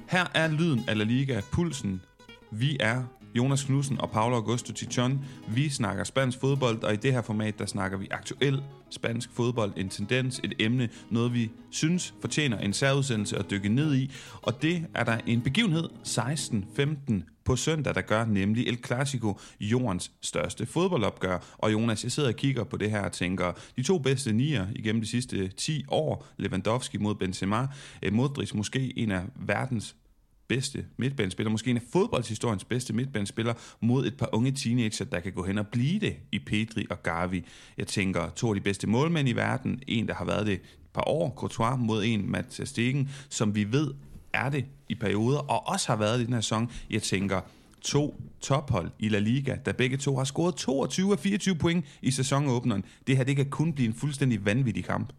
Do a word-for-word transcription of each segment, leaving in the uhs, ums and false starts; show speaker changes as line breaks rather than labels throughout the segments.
Her er lyden af La Liga, pulsen. Vi er Jonas Knudsen og Paulo Augusto Tichon. Vi snakker spansk fodbold, og i det her format, der snakker vi aktuel spansk fodbold, en tendens, et emne, noget vi synes fortjener en særudsendelse at dykke ned i. Og det er der en begivenhed seksten femten på søndag, der gør, nemlig El Clasico, jordens største fodboldopgør. Og Jonas, jeg sidder og kigger på det her og tænker, de to bedste nier igennem de sidste ti år, Lewandowski mod Benzema, Modric måske en af verdens bedste midtbanespiller, måske en af fodboldshistoriens bedste midtbanespiller, mod et par unge teenager, der kan gå hen og blive det i Pedri og Gavi. Jeg tænker, to af de bedste målmænd i verden, en, der har været det et par år, Courtois, mod en, Ter Stegen, som vi ved er det i perioder, og også har været det i den her sæson. Jeg tænker, to tophold i La Liga, der begge to har scoret toogtyve af fireogtyve point i sæsonåbneren. Det her, det kan kun blive en fuldstændig vanvittig kamp.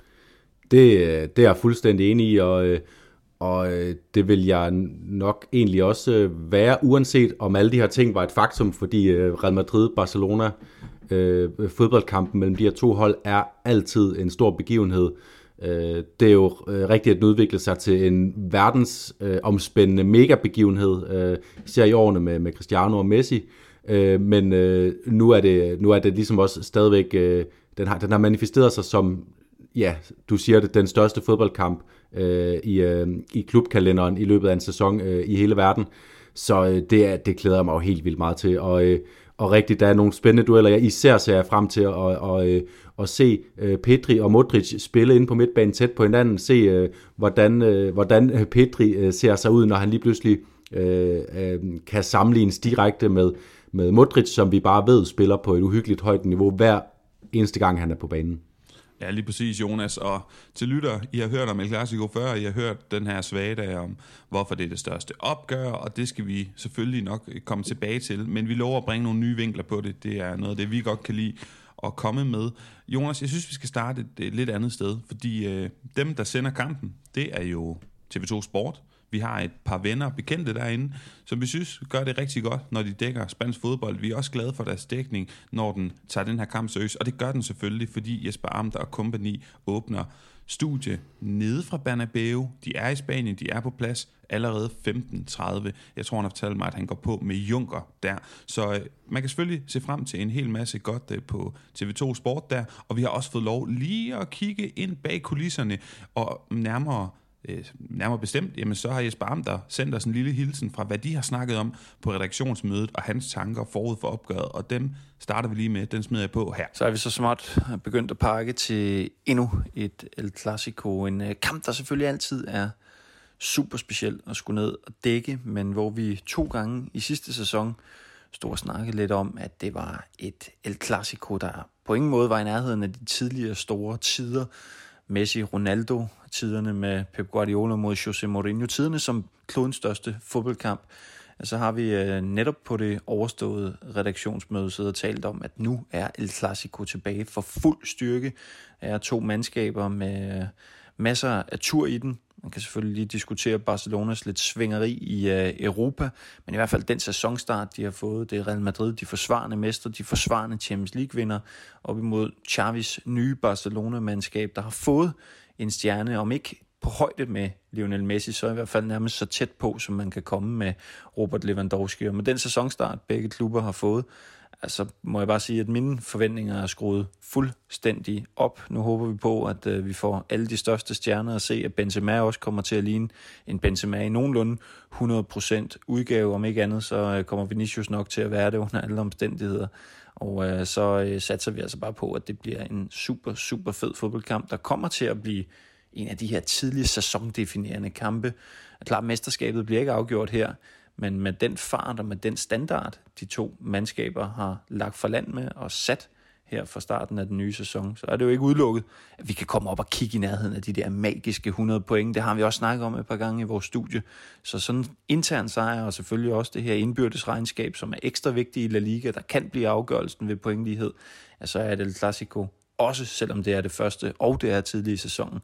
Det, det er jeg fuldstændig enig i, og Og det vil jeg nok egentlig også være, uanset om alle de her ting var et faktum, fordi Real Madrid-Barcelona, øh, fodboldkampen mellem de her to hold, er altid en stor begivenhed. Øh, det er jo rigtigt, at den udvikler sig til en verdensomspændende øh, mega-begivenhed, øh, især i årene med, med Cristiano og Messi. Øh, men øh, nu, er det, nu er det ligesom også stadigvæk, øh, den, har, den har manifesteret sig som, ja, du siger det, den største fodboldkamp øh, i, øh, i klubkalenderen i løbet af en sæson øh, i hele verden. Så øh, det, er, det glæder jeg mig jo helt vildt meget til. Og, øh, og rigtigt, der er nogle spændende dueller. Jeg især ser jeg frem til at, og, og, øh, at se øh, Pedri og Modric spille inde på midtbanen tæt på hinanden. Se, øh, hvordan, øh, hvordan Pedri øh, ser sig ud, når han lige pludselig øh, øh, kan sammenlignes direkte med, med Modric, som vi bare ved spiller på et uhyggeligt højt niveau hver eneste gang, han er på banen.
Ja, lige præcis, Jonas. Og til lytter, I har hørt om El Clasico før, I har hørt den her svagdag om, hvorfor det er det største opgør, og det skal vi selvfølgelig nok komme tilbage til. Men vi lover at bringe nogle nye vinkler på det. Det er noget af det, vi godt kan lide at komme med. Jonas, jeg synes, vi skal starte et, et lidt andet sted, fordi øh, dem, der sender kampen, det er jo T V to Sport. Vi har et par venner og bekendte derinde, som vi synes gør det rigtig godt, når de dækker spansk fodbold. Vi er også glade for deres dækning, når den tager den her kamp seriøst. Og det gør den selvfølgelig, fordi Jesper Amter og kompagni åbner studie nede fra Bernabeu. De er i Spanien, de er på plads allerede femten tredive. Jeg tror, han har fortalt mig, at han går på med Junker der. Så øh, man kan selvfølgelig se frem til en hel masse godt øh, på T V to Sport der. Og vi har også fået lov lige at kigge ind bag kulisserne og nærmere nærmere bestemt, jamen så har Jesper Amter sendt os en lille hilsen fra, hvad de har snakket om på redaktionsmødet, og hans tanker forud for opgøret, og dem starter vi lige med, den smider jeg på her.
Så er vi så småt begyndt at pakke til endnu et El Clasico, en kamp, der selvfølgelig altid er super speciel at skulle ned og dække, men hvor vi to gange i sidste sæson stod og snakkede lidt om, at det var et El Clasico, der på ingen måde var i nærheden af de tidligere store tider. Messi, Ronaldo, tiderne med Pep Guardiola mod José Mourinho, tiderne som klodens største fodboldkamp. Så har vi øh, netop på det overståede redaktionsmøde siddet og talt om, at nu er El Clasico tilbage for fuld styrke. Der er to mandskaber med øh, masser af tur i den. Man kan selvfølgelig lige diskutere Barcelonas lidt svingeri i øh, Europa, men i hvert fald den sæsonstart, de har fået, det er Real Madrid, de forsvarende mestre, de forsvarende Champions League-vinder, op imod Xavis nye Barcelona-mandskab, der har fået en stjerne, om ikke på højde med Lionel Messi, så i hvert fald nærmest så tæt på, som man kan komme med Robert Lewandowski. Og med den sæsonstart, begge klubber har fået, altså må jeg bare sige, at mine forventninger er skruet fuldstændig op. Nu håber vi på, at øh, vi får alle de største stjerner at se, at Benzema også kommer til at ligne en Benzema i nogenlunde hundrede procent udgave. Om ikke andet, så øh, kommer Vinicius nok til at være det under alle omstændigheder. Og øh, så øh, satser vi altså bare på, at det bliver en super, super fed fodboldkamp, der kommer til at blive en af de her tidlige sæsondefinerende kampe. Klart, mesterskabet bliver ikke afgjort her, men med den fart og med den standard, de to mandskaber har lagt for land med og sat her fra starten af den nye sæson, så er det jo ikke udelukket, at vi kan komme op og kigge i nærheden af de der magiske hundrede point. Det har vi også snakket om et par gange i vores studie. Så sådan en intern sejr, og selvfølgelig også det her indbyrdes regnskab, som er ekstra vigtigt i La Liga, der kan blive afgørelsen ved pointlighed, ja, så er det El Clasico, også selvom det er det første, og det er tidlig i sæsonen,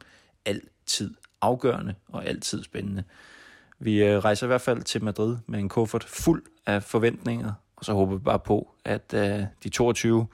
altid afgørende og altid spændende. Vi rejser i hvert fald til Madrid med en kuffert fuld af forventninger, og så håber vi bare på, at uh, de toogtyve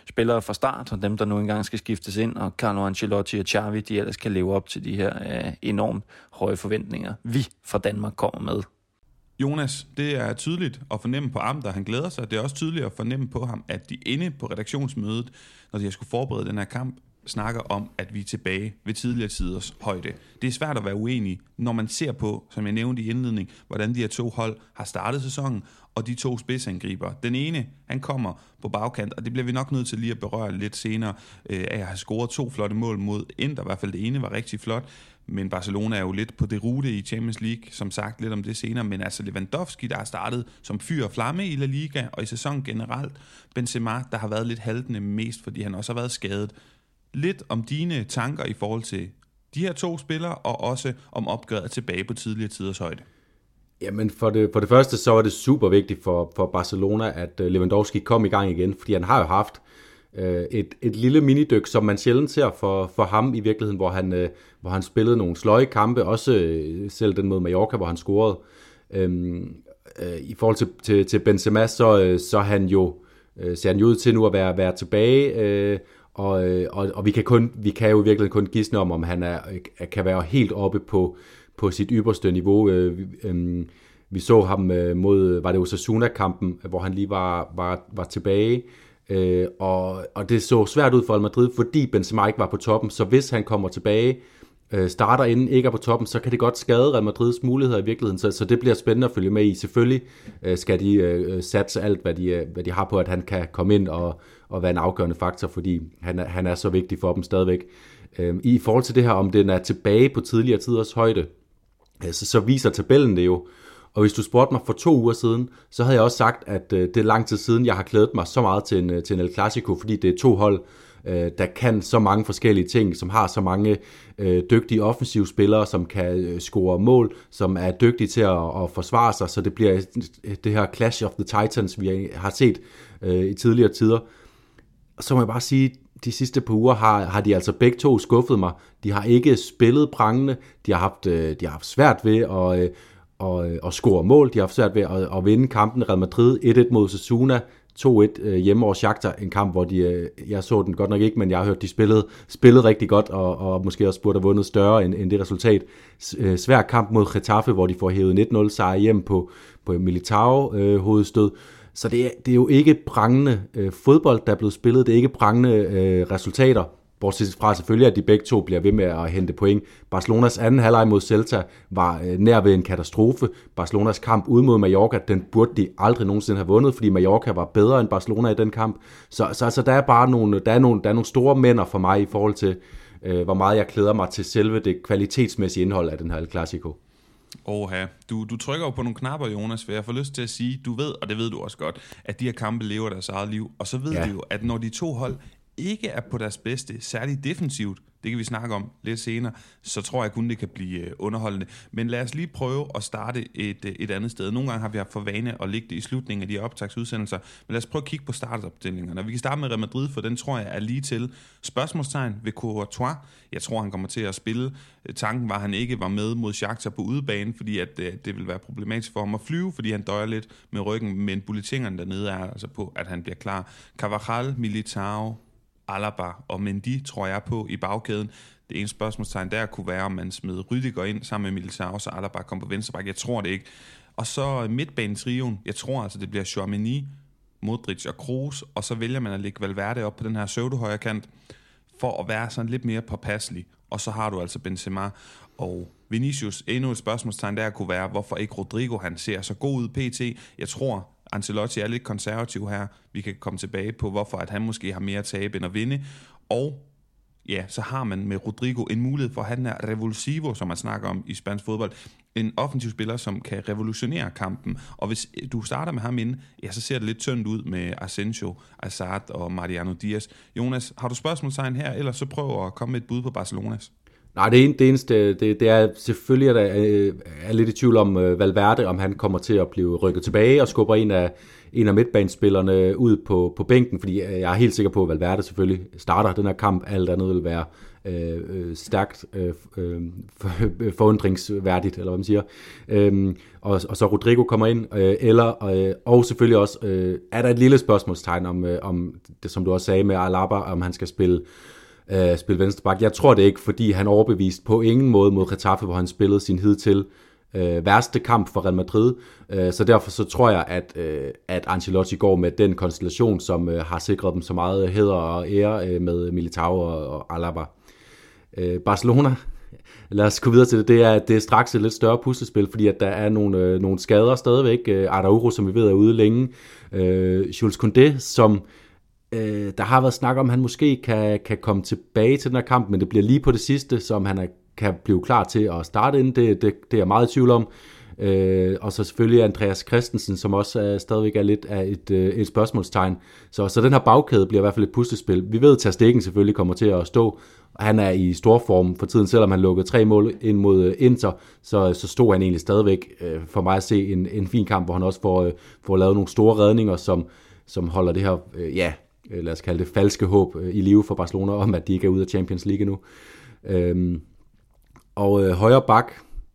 spillere fra start, og dem, der nu engang skal skiftes ind, og Carlo Ancelotti og Xavi, de ellers kan leve op til de her øh, enormt høje forventninger, vi fra Danmark kommer med.
Jonas, det er tydeligt at fornemme på Amter, han glæder sig. Det er også tydeligt at fornemme på ham, at de inde på redaktionsmødet, når de har skulle forberede den her kamp, snakker om, at vi er tilbage ved tidligere tiders højde. Det er svært at være uenig, når man ser på, som jeg nævnte i indledning, hvordan de her to hold har startet sæsonen, og de to spidsangriber. Den ene, han kommer på bagkant, og det bliver vi nok nødt til lige at berøre lidt senere, øh, af at have scoret to flotte mål mod Inter. I hvert fald det ene var rigtig flot, men Barcelona er jo lidt på det rute i Champions League, som sagt lidt om det senere, men altså Lewandowski, der har startet som fyr og flamme i La Liga, og i sæsonen generelt Benzema, der har været lidt haltende mest, fordi han også har været skadet. Lidt om dine tanker i forhold til de her to spillere, og også om opgøret tilbage på tidligere tiders højde.
Jamen for det, for det første så var det super vigtigt for, for Barcelona, at Lewandowski kom i gang igen, fordi han har jo haft øh, et, et lille minidyk, som man sjældent ser for, for ham i virkeligheden, hvor han, øh, hvor han spillede nogle sløje kampe, også øh, selv den mod Mallorca, hvor han scorede. Øhm, øh, I forhold til, til, til Benzema, så, øh, så han jo, øh, ser han jo ud til nu at være, være tilbage, øh, Og, og, og vi, kan kun, vi kan jo virkelig kun gisne om, om han er, kan være helt oppe på, på sit ypperste niveau. Vi, øhm, vi så ham mod, var det Osasuna-kampen, hvor han lige var, var, var tilbage, øh, og, og det så svært ud for Real Madrid, fordi Benzema ikke var på toppen, så hvis han kommer tilbage, øh, starter inden ikke er på toppen, så kan det godt skade Real Madrids muligheder i virkeligheden, så, så det bliver spændende at følge med i. Selvfølgelig øh, skal de øh, satse alt, hvad de, hvad de har på, at han kan komme ind og og være en afgørende faktor, fordi han er, han er så vigtig for dem stadigvæk. Øhm, I forhold til det her, om den er tilbage på tidligere tiders højde, øh, så, så viser tabellen det jo. Og hvis du spurgte mig for to uger siden, så havde jeg også sagt, at øh, det er lang tid siden, jeg har glædet mig så meget til en, til en El Clasico, fordi det er to hold, øh, der kan så mange forskellige ting, som har så mange øh, dygtige offensive spillere, som kan øh, score mål, som er dygtige til at, at forsvare sig, så det bliver det her Clash of the Titans, vi har set øh, i tidligere tider. Så må jeg bare sige, de sidste par uger har, har de altså begge to skuffet mig. De har ikke spillet prangende, de har haft, de har haft svært ved at, at, at score mål, de har haft svært ved at, at vinde kampen. Real Madrid et et mod Osasuna, to et hjemme over Shakhtar, en kamp, hvor de, jeg så den godt nok ikke, men jeg har hørt, de spillede, spillede rigtig godt, og, og måske også burde have vundet større end, end det resultat. Svær kamp mod Getafe, hvor de får hævet nitten nul sejr hjem på, på Militao-hovedstød. Så det er, det er jo ikke prangende øh, fodbold, der er blevet spillet. Det er ikke prangende øh, resultater, bortset fra selvfølgelig, at de begge to bliver ved med at hente point. Barcelonas anden halvleg mod Celta var øh, nær ved en katastrofe. Barcelonas kamp ude mod Mallorca, den burde de aldrig nogensinde have vundet, fordi Mallorca var bedre end Barcelona i den kamp. Så, så altså, der er bare nogle, der er nogle, der er nogle store mænder for mig i forhold til, øh, hvor meget jeg glæder mig til selve det kvalitetsmæssige indhold af den her El Clasico.
Oha, du, du trykker jo på nogle knapper, Jonas, for jeg får lyst til at sige, du ved, og det ved du også godt, at de her kampe lever deres eget liv, og så ved ja. vi jo, at når de to hold ikke er på deres bedste, særligt defensivt, det kan vi snakke om lidt senere, så tror jeg kun, det kan blive underholdende. Men lad os lige prøve at starte et, et andet sted. Nogle gange har vi haft for vane at lægge det i slutningen af de her optagsudsendelser, men lad os prøve at kigge på startopstillingerne. Vi kan starte med Real Madrid, for den tror jeg er lige til. Spørgsmålstegn ved Courtois. Jeg tror, han kommer til at spille. Tanken var, at han ikke var med mod Shakhtar på udebane, fordi at det, det vil være problematisk for ham at flyve, fordi han døjer lidt med ryggen, men bulletingerne dernede er altså på, at han bliver klar. Carvajal, Militao, Alaba og Mendy tror jeg på i bagkæden. Det ene spørgsmålstegn der kunne være, om man smed Rüdiger ind sammen med Militao, så Alaba kom på venstre bak. Jeg tror det ikke. Og så midtbanetrioen. Jeg tror altså, det bliver Tchouaméni, Modric og Kroos, og så vælger man at lægge Valverde op på den her pseudo-højre kant, for at være sådan lidt mere påpasselig. Og så har du altså Benzema og Vinicius. Endnu et spørgsmålstegn der kunne være, hvorfor ikke Rodrigo, han ser så god ud pt. Jeg tror, Ancelotti er lidt konservativ her. Vi kan komme tilbage på, hvorfor at han måske har mere at tabe end at vinde. Og ja, så har man med Rodrigo en mulighed for, at han er revulsivo, som man snakker om i spansk fodbold. En offensiv spiller, som kan revolutionere kampen. Og hvis du starter med ham inde, ja, så ser det lidt tyndt ud med Asensio, Hazard og Mariano Diaz. Jonas, har du spørgsmålstegn her, eller så prøv at komme med et bud på Barcelonas?
Nej, det, det eneste, det, det er selvfølgelig, at jeg er lidt i tvivl om uh, Valverde, om han kommer til at blive rykket tilbage og skubber en af, en af midtbanespillerne ud på, på bænken, fordi jeg er helt sikker på, at Valverde selvfølgelig starter den her kamp. Alt andet vil være øh, stærkt øh, øh, forundringsværdigt, eller hvad man siger. Øhm, og, og så Rodrigo kommer ind, øh, eller, øh, og selvfølgelig også, øh, er der et lille spørgsmålstegn om, øh, om det, som du også sagde med Alaba, om han skal spille Uh, spille venstreback. Jeg tror det ikke, fordi han overbevist på ingen måde mod Getafe, hvor han spillede sin hidtil uh, værste kamp for Real Madrid. Uh, så derfor så tror jeg, at, uh, at Ancelotti går med den konstellation, som uh, har sikret dem så meget hæder og ære uh, med Militao og, og Alaba. Uh, Barcelona, lad os gå videre til det, det er, det er straks et lidt større puslespil, fordi at der er nogle, uh, nogle skader stadigvæk. Uh, Araujo, som vi ved er ude længe. Uh, Jules Koundé, som Øh, der har været snak om, at han måske kan, kan komme tilbage til den her kamp, men det bliver lige på det sidste, som han er, kan blive klar til at starte ind. Det, det, det er jeg meget i tvivl om. Øh, og så selvfølgelig Andreas Christensen, som også er, stadigvæk er lidt af et, et spørgsmålstegn. Så, så den her bagkæde bliver i hvert fald et puslespil. Vi ved, at Ter Stegen selvfølgelig kommer til at stå. Han er i stor form for tiden, selvom han lukkede tre mål ind mod Inter, så, så stod han egentlig stadigvæk øh, for mig at se en, en fin kamp, hvor han også får, øh, får lavet nogle store redninger, som, som holder det her, øh, ja, lad os kalde det falske håb i live for Barcelona om, at de ikke er ude af Champions League nu. Øhm, og øh, højre bak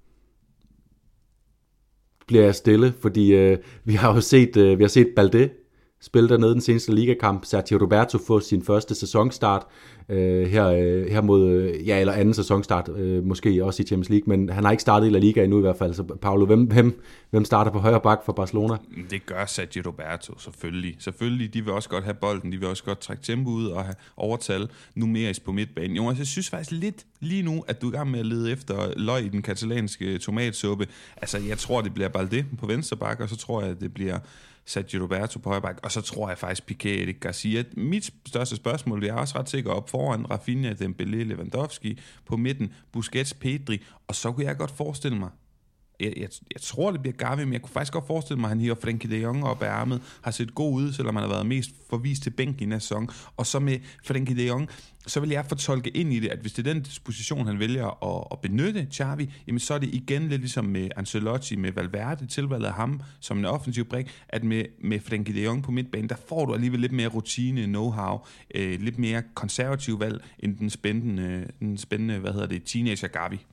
bliver jeg stille, fordi øh, vi har jo set, øh, vi har set Balde spille dernede den seneste ligakamp. Sergio Roberto få sin første sæsonstart øh, her, øh, her mod, øh, ja, eller anden sæsonstart, øh, måske også i Champions League, men han har ikke startet i La Liga endnu i hvert fald. Så Paolo, hvem, hvem, hvem starter på højre bak for Barcelona?
Det gør Sergio Roberto, selvfølgelig. Selvfølgelig, de vil også godt have bolden, de vil også godt trække tempo ud og have overtal numerisk på midtbanen. Jo, altså, jeg synes faktisk lidt lige nu, at du er i gang med at lede efter løg i den katalanske tomatsuppe. Altså, jeg tror, det bliver Balde på venstre bak, og så tror jeg, at det bliver Sergio Roberto på højre bak, og så tror jeg faktisk Piqué, Eric Garcia. Mit største spørgsmål, det er også ret sikker op foran Rafinha, Dembélé, Lewandowski, på midten, Busquets, Pedri, og så kunne jeg godt forestille mig, jeg, jeg, jeg tror, det bliver Gavi, men jeg kunne faktisk godt forestille mig, at han hiver Frenkie de Jong op af ærmet, har set god ud, selvom han har været mest forvist til bænken i næste sæson, og så med Frenkie de Jong, så vil jeg fortolke ind i det, at hvis det er den disposition, han vælger at, at benytte Xavi, jamen så er det igen lidt ligesom med Ancelotti, med Valverde, tilvalget af ham som en offensiv brik, at med, med Frenkie de Jong på midtbanen, der får du alligevel lidt mere rutine, know-how, øh, lidt mere konservativ valg, end den spændende, den spændende hvad hedder det, teenager Gavi.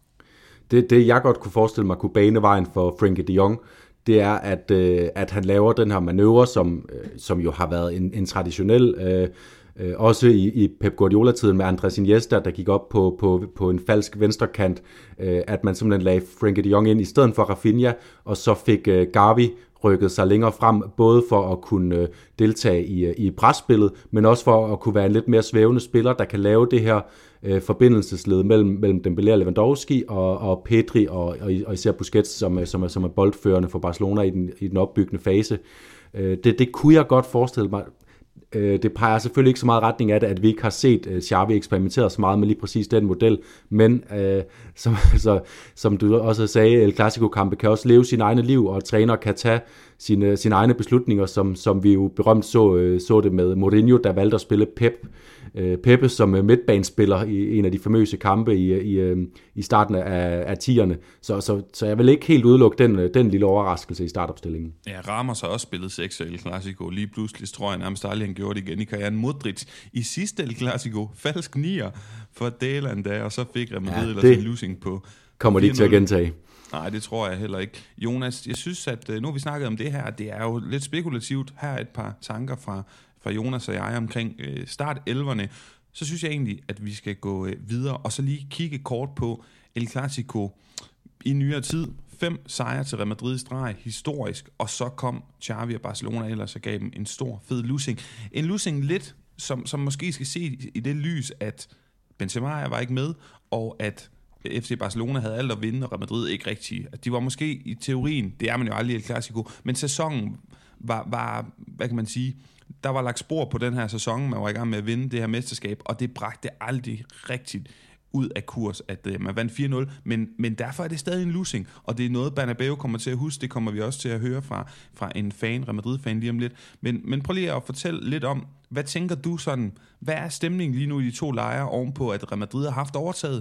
Det, det jeg godt kunne forestille mig kunne bane vejen for Frenkie de Jong, det er, at, øh, at han laver den her manøvre, som, øh, som jo har været en, en traditionel, øh, øh, også i, i Pep Guardiola-tiden med Andrés Iniesta, der gik op på, på, på en falsk venstrekant, øh, at man simpelthen lagde Frenkie de Jong ind i stedet for Rafinha, og så fik øh, Gavi rykket sig længere frem, både for at kunne øh, deltage i, i presspillet, men også for at kunne være en lidt mere svævende spiller, der kan lave det her øh, forbindelsesled mellem, mellem Dembélé og Lewandowski og, og Pedri og, og, og især Busquets, som, som, er, som er boldførende for Barcelona i den, i den opbyggende fase. Øh, det, det kunne jeg godt forestille mig. Øh, det peger selvfølgelig ikke så meget retning af det, at vi ikke har set øh, Xavi eksperimentere så meget med lige præcis den model, men øh, som, så, som du også sagde, El Clasico-kampe kan også leve sin egne liv, og træner kan tage sine, sine egne beslutninger, som, som vi jo berømt så, øh, så det med Mourinho, der valgte at spille Pep, øh, Pepe som midtbanespiller i en af de famøse kampe i, i, i starten af, af tierne. Så, så, så jeg vil ikke helt udelukke den, den lille overraskelse i startopstillingen.
Ja, Ramos har også spillet seks El Clasico. Lige pludselig tror jeg nærmest aldrig, han gjorde det igen i karrieren. Modric i sidste El Clasico, falsk nier for Dæland da, og så fik Real Madrid eller sin losing på.
Kommer de ikke til at gentage?
Nej, det tror jeg heller ikke. Jonas, jeg synes, at nu har vi snakket om det her, det er jo lidt spekulativt. Her er et par tanker fra, fra Jonas og jeg omkring øh, start elverne. Så synes jeg egentlig, at vi skal gå øh, videre, og så lige kigge kort på El Clasico i nyere tid. Fem sejre til Real Madrid streg, historisk, og så kom Xavi og Barcelona ellers og gav dem en stor, fed losing. En losing lidt, som, som måske skal se i det lys, at Benzema var ikke med, og at F C Barcelona havde alt at vinde, og Real Madrid ikke rigtigt. At de var måske i teorien, det er man jo aldrig i El Clasico, men sæsonen var, var, hvad kan man sige, der var lagt spor på den her sæson, man var i gang med at vinde det her mesterskab, og det bragte aldrig rigtigt ud af kurs, at uh, man vandt fire nul, men, men derfor er det stadig en losing, og det er noget, Bernabeu kommer til at huske, det kommer vi også til at høre fra, fra en fan, Real Madrid-fan lige om lidt. Men, men prøv lige at fortælle lidt om, hvad tænker du sådan, hvad er stemningen lige nu i de to lejre ovenpå, at Real Madrid har haft overtaget?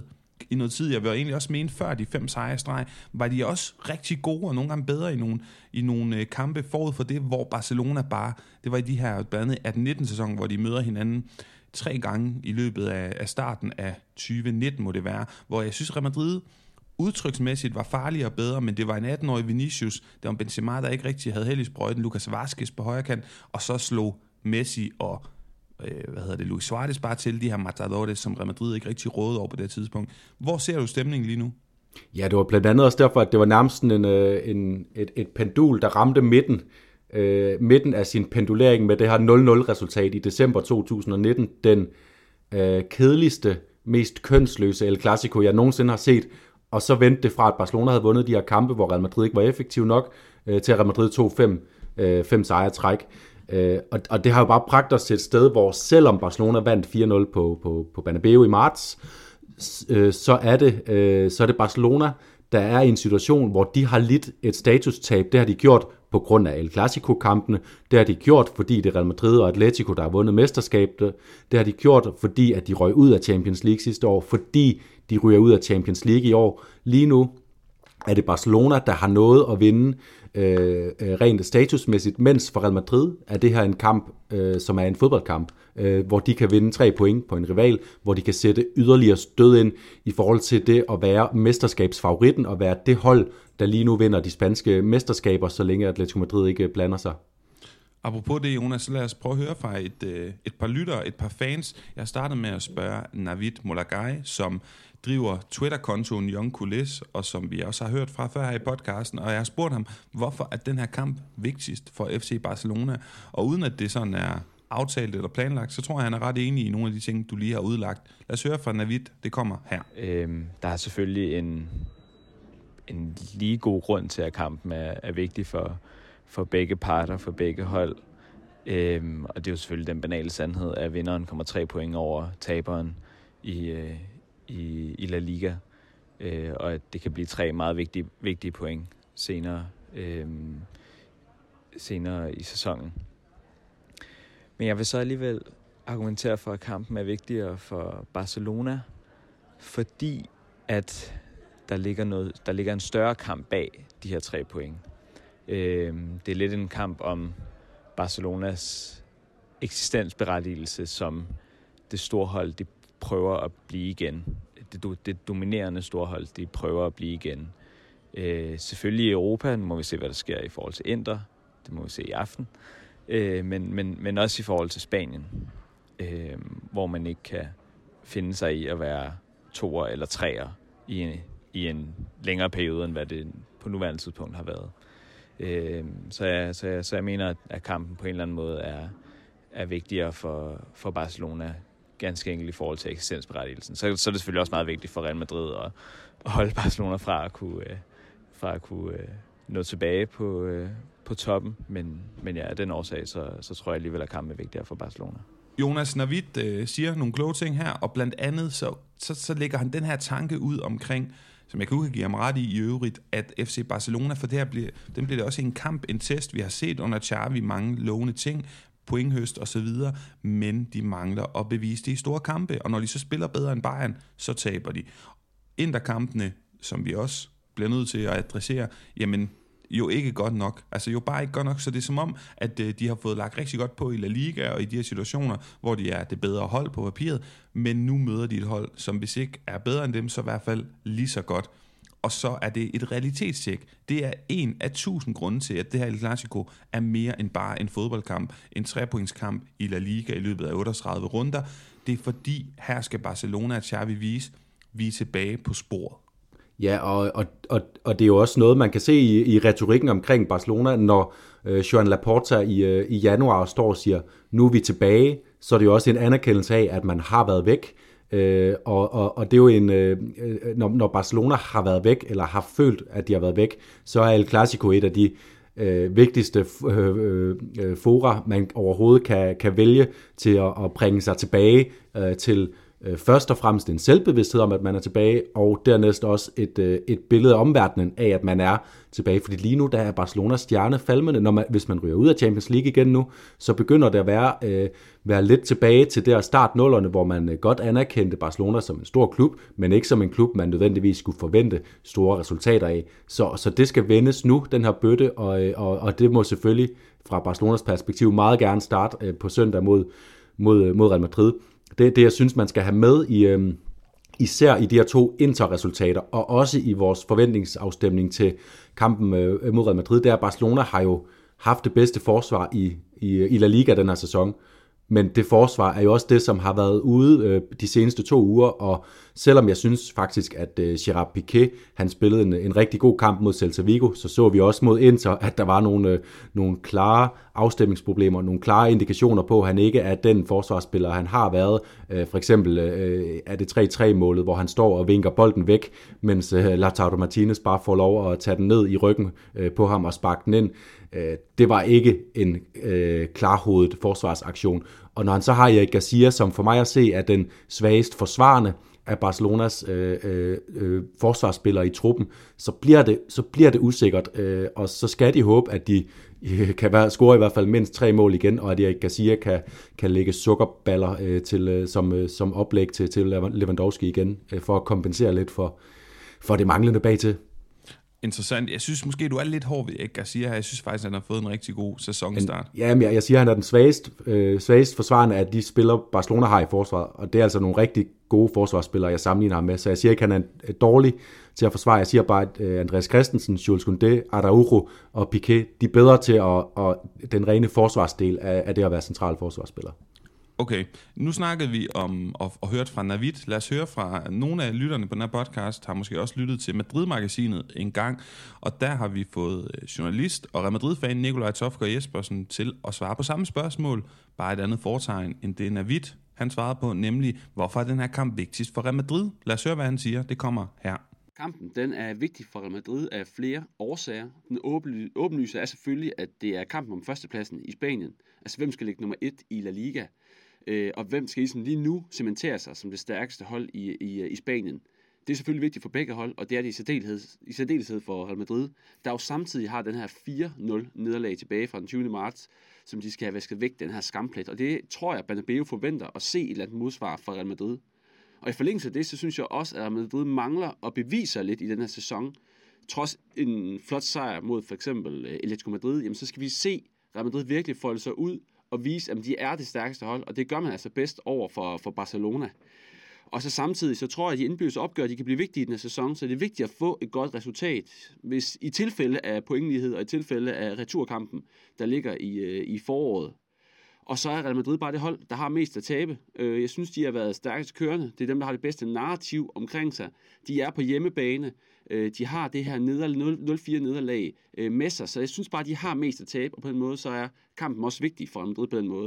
i noget tid. Jeg vil egentlig også mene, før de fem sejre streg, var de også rigtig gode, og nogle gange bedre i nogle, i nogle øh, kampe forud for det, hvor Barcelona bare, det var i de her blandt andet atten nitten sæson, hvor de møder hinanden tre gange i løbet af, af starten af tyve nitten, må det være, hvor jeg synes, Real Madrid udtryksmæssigt var farligere og bedre, men det var en atten-årig Vinicius, det var en Benzema, der ikke rigtig havde held i sprøjten, Lucas Vázquez på højre kant, og så slog Messi og øh, hvad hedder det, Luis Suarez bare til de her matadores, som Real Madrid ikke rigtig rådede over på det tidspunkt. Hvor ser du stemningen lige nu?
Ja, det var blandt andet også derfor, at det var nærmest en, en, et, et pendul, der ramte midten, øh, midten af sin pendulering med det her nul nul-resultat i december to tusind nitten. Den øh, kedeligste, mest kønsløse El Clasico, jeg nogensinde har set. Og så vendte det fra, at Barcelona havde vundet de her kampe, hvor Real Madrid ikke var effektiv nok, øh, til at Real Madrid tog fem, øh, fem sejre træk. Øh, og, og det har jo bare bragt os til et sted, hvor selvom Barcelona vandt fire nul på, på, på Bernabeu i marts, øh, så, er det, øh, så er det Barcelona, der er i en situation, hvor de har lidt et statustab. Det har de gjort på grund af El Clasico-kampene. Det har de gjort, fordi det er Real Madrid og Atletico, der har vundet mesterskabet. Det har de gjort, fordi at de røg ud af Champions League sidste år, fordi de ryger ud af Champions League i år. Lige nu er det Barcelona, der har noget at vinde øh, rent statusmæssigt, mens for Real Madrid er det her en kamp, øh, som er en fodboldkamp, øh, hvor de kan vinde tre point på en rival, hvor de kan sætte yderligere stød ind i forhold til det at være mesterskabsfavoritten og være det hold, der lige nu vinder de spanske mesterskaber, så længe Atletico Madrid ikke blander sig.
Apropos det, Jonas, så lad os prøve at høre fra et, et par lyttere, et par fans. Jeg startede med at spørge Navid Molagai, som driver Twitter-kontoen Young Coulis, og som vi også har hørt fra før her i podcasten, og jeg har spurgt ham, hvorfor er den her kamp vigtigst for F C Barcelona, og uden at det sådan er aftalt eller planlagt, så tror jeg, han er ret enig i nogle af de ting, du lige har udlagt. Lad os høre fra Navid, det kommer her.
Øhm, der er selvfølgelig en, en lige god grund til, at kampen er, er vigtig for, for begge parter, for begge hold. Øhm, og det er jo selvfølgelig den banale sandhed, at vinderen kommer tre point over taberen i, øh, i, i La Liga. Øh, og at det kan blive tre meget vigtige, vigtige point senere, øh, senere i sæsonen. Men jeg vil så alligevel argumentere for, at kampen er vigtigere for Barcelona, fordi at der ligger, noget, der ligger en større kamp bag de her tre point. Øh, det er lidt en kamp om Barcelonas eksistensberettigelse som det storhold, de prøver at blive igen. Det, det dominerende storhold, de prøver at blive igen. Øh, selvfølgelig i Europa, nu må vi se, hvad der sker i forhold til Inter. Det må vi se i aften. Øh, men, men, men også i forhold til Spanien, øh, hvor man ikke kan finde sig i at være toer eller treer i en, i en længere periode, end hvad det på nuværende tidspunkt har været. Øh, så, jeg, så, jeg, så jeg mener, at kampen på en eller anden måde er, er vigtigere for, for Barcelona, ganske enkelt i forhold til eksistensberettigelsen. Så, så er det selvfølgelig også meget vigtigt for Real Madrid at, at holde Barcelona fra at kunne, øh, fra at kunne øh, nå tilbage på, øh, på toppen. Men, men ja, af den årsag, så, så tror jeg alligevel, at kampen er vigtigere for Barcelona. Jonas
Navid øh, siger nogle kloge ting her, og blandt andet så, så, så lægger han den her tanke ud omkring, som jeg kan give ham ret i i øvrigt, at F C Barcelona, for det her bliver, den bliver det også en kamp, en test. Vi har set under Xavi mange lovende ting, pointhøst og så videre, men de mangler at bevise det i store kampe, og når de så spiller bedre end Bayern, så taber de. Interkampene, som vi også bliver nødt til at adressere, jamen jo ikke godt nok. Altså jo bare ikke godt nok, så det er som om, at de har fået lagt rigtig godt på i La Liga og i de her situationer, hvor de er det bedre hold på papiret, men nu møder de et hold, som hvis ikke er bedre end dem, så i hvert fald lige så godt. Og så er det et realitetstjek. Det er en af tusind grunde til, at det her El Clasico er mere end bare en fodboldkamp, en trepointskamp i La Liga i løbet af otteogtredive runder. Det er fordi, her skal Barcelona og Xavi vise, vi er tilbage på sporet.
Ja, og, og, og, og det er jo også noget, man kan se i, i retorikken omkring Barcelona, når øh, Joan Laporta i, øh, i januar står og siger, nu er vi tilbage, så er det jo også en anerkendelse af, at man har været væk. Øh, og, og, og det er jo en, øh, når, når Barcelona har været væk, eller har følt, at de har været væk, så er El Clasico et af de øh, vigtigste øh, øh, fora, man overhovedet kan, kan vælge til at, at bringe sig tilbage øh, til øh, først og fremmest en selvbevidsthed om, at man er tilbage, og dernæst også et, øh, et billede af omverdenen af, at man er tilbage. Fordi lige nu, der er Barcelonas stjerne falmende. Når man, hvis man ryger ud af Champions League igen nu, så begynder det at være, øh, være lidt tilbage til der start nullerne, hvor man øh, godt anerkendte Barcelona som en stor klub, men ikke som en klub, man nødvendigvis skulle forvente store resultater af. Så, så det skal vendes nu, den her bøtte, og, og, og det må selvfølgelig fra Barcelonas perspektiv meget gerne starte øh, på søndag mod, mod, mod Real Madrid. Det, det, jeg synes, man skal have med i, øh, især i de her to Inter-resultater, og også i vores forventningsafstemning til kampen øh, mod Real Madrid, det er, at Barcelona har jo haft det bedste forsvar i, i, i La Liga den her sæson. Men det forsvar er jo også det, som har været ude øh, de seneste to uger, og selvom jeg synes faktisk, at øh, Gerard Piqué, han spillede en, en rigtig god kamp mod Celta Vigo, så så vi også mod Inter, at der var nogle, øh, nogle klare afstemningsproblemer, nogle klare indikationer på, at han ikke er den forsvarsspiller, han har været. Øh, for eksempel øh, er det tre tre-målet, hvor han står og vinker bolden væk, mens øh, Lautaro Martinez bare får lov at tage den ned i ryggen øh, på ham og sparke den ind. Øh, det var ikke en øh, klarhovedet forsvarsaktion. Og når han så har Eric Garcia, som for mig at se er den svagest forsvarende af Barcelonas øh, øh, forsvarsspillere i truppen, så bliver det, så bliver det usikkert, øh, og så skal de håbe, at de øh, kan være, score i hvert fald mindst tre mål igen, og at Eric Garcia kan, kan lægge sukkerballer øh, til, øh, som, øh, som oplæg til, til Lewandowski igen, øh, for at kompensere lidt for, for det manglende bagtil.
Interessant. Jeg synes måske, du er lidt hård ved Eric Garcia her. Jeg synes faktisk, at han har fået en rigtig god sæsonstart.
Ja, men jeg, jeg siger, at han er den svagest, øh, svagest forsvarende af de spillere, Barcelona har i forsvaret. Og det er altså nogle rigtig gode forsvarsspillere, jeg sammenligner ham med. Så jeg siger ikke, at han er dårlig til at forsvare. Jeg siger bare, at øh, Andreas Christensen, Jules Koundé, Araujo og Piqué, de er bedre til at, at den rene forsvarsdel af, af det at være central forsvarsspiller.
Okay, nu snakkede vi om og, og hørt fra Navid. Lad os høre fra nogle af lytterne på den her podcast, har måske også lyttet til Madrid-magasinet en gang, og der har vi fået journalist og Real Madrid-fan Nikolaj Tofker Jespersen til at svare på samme spørgsmål, bare et andet foretegn end det Navid han svarede på, nemlig hvorfor er den her kamp vigtigst for Real Madrid? Lad os høre, hvad han siger. Det kommer her.
Kampen den er vigtig for Real Madrid af flere årsager. Den åbenlyse er selvfølgelig, at det er kampen om førstepladsen i Spanien. Altså hvem skal ligge nummer et i La Liga? Øh, og hvem skal ligesom lige nu cementere sig som det stærkeste hold i, i, i Spanien. Det er selvfølgelig vigtigt for begge hold, og det er det i særdeleshed, i særdeleshed for Real Madrid, der jo samtidig har den her fire nul nederlag tilbage fra den tyvende marts, som de skal have vasket væk, den her skamplet. Og det tror jeg, Bernabeu forventer at se et eller andet modsvar fra Real Madrid. Og i forlængelse af det, så synes jeg også, at Real Madrid mangler at bevise sig lidt i den her sæson. Trods en flot sejr mod for eksempel Atletico Madrid, jamen så skal vi se Real Madrid virkelig folde sig ud og vise, at de er det stærkeste hold, og det gør man altså bedst over for, for Barcelona. Og så samtidig, så tror jeg, at de indbyrdes opgør, de kan blive vigtige i den her sæson, så det er vigtigt at få et godt resultat. Hvis i tilfælde af pointlighed og i tilfælde af returkampen, der ligger i, i foråret. Og så er Real Madrid bare det hold, der har mest at tabe. Jeg synes, de har været stærkest kørende. Det er dem, der har det bedste narrativ omkring sig. De er på hjemmebane. De har det her nul fire nederlag med sig. Så jeg synes bare, de har mest at tabe. Og på den måde, så er kampen også vigtig for Real Madrid på den måde.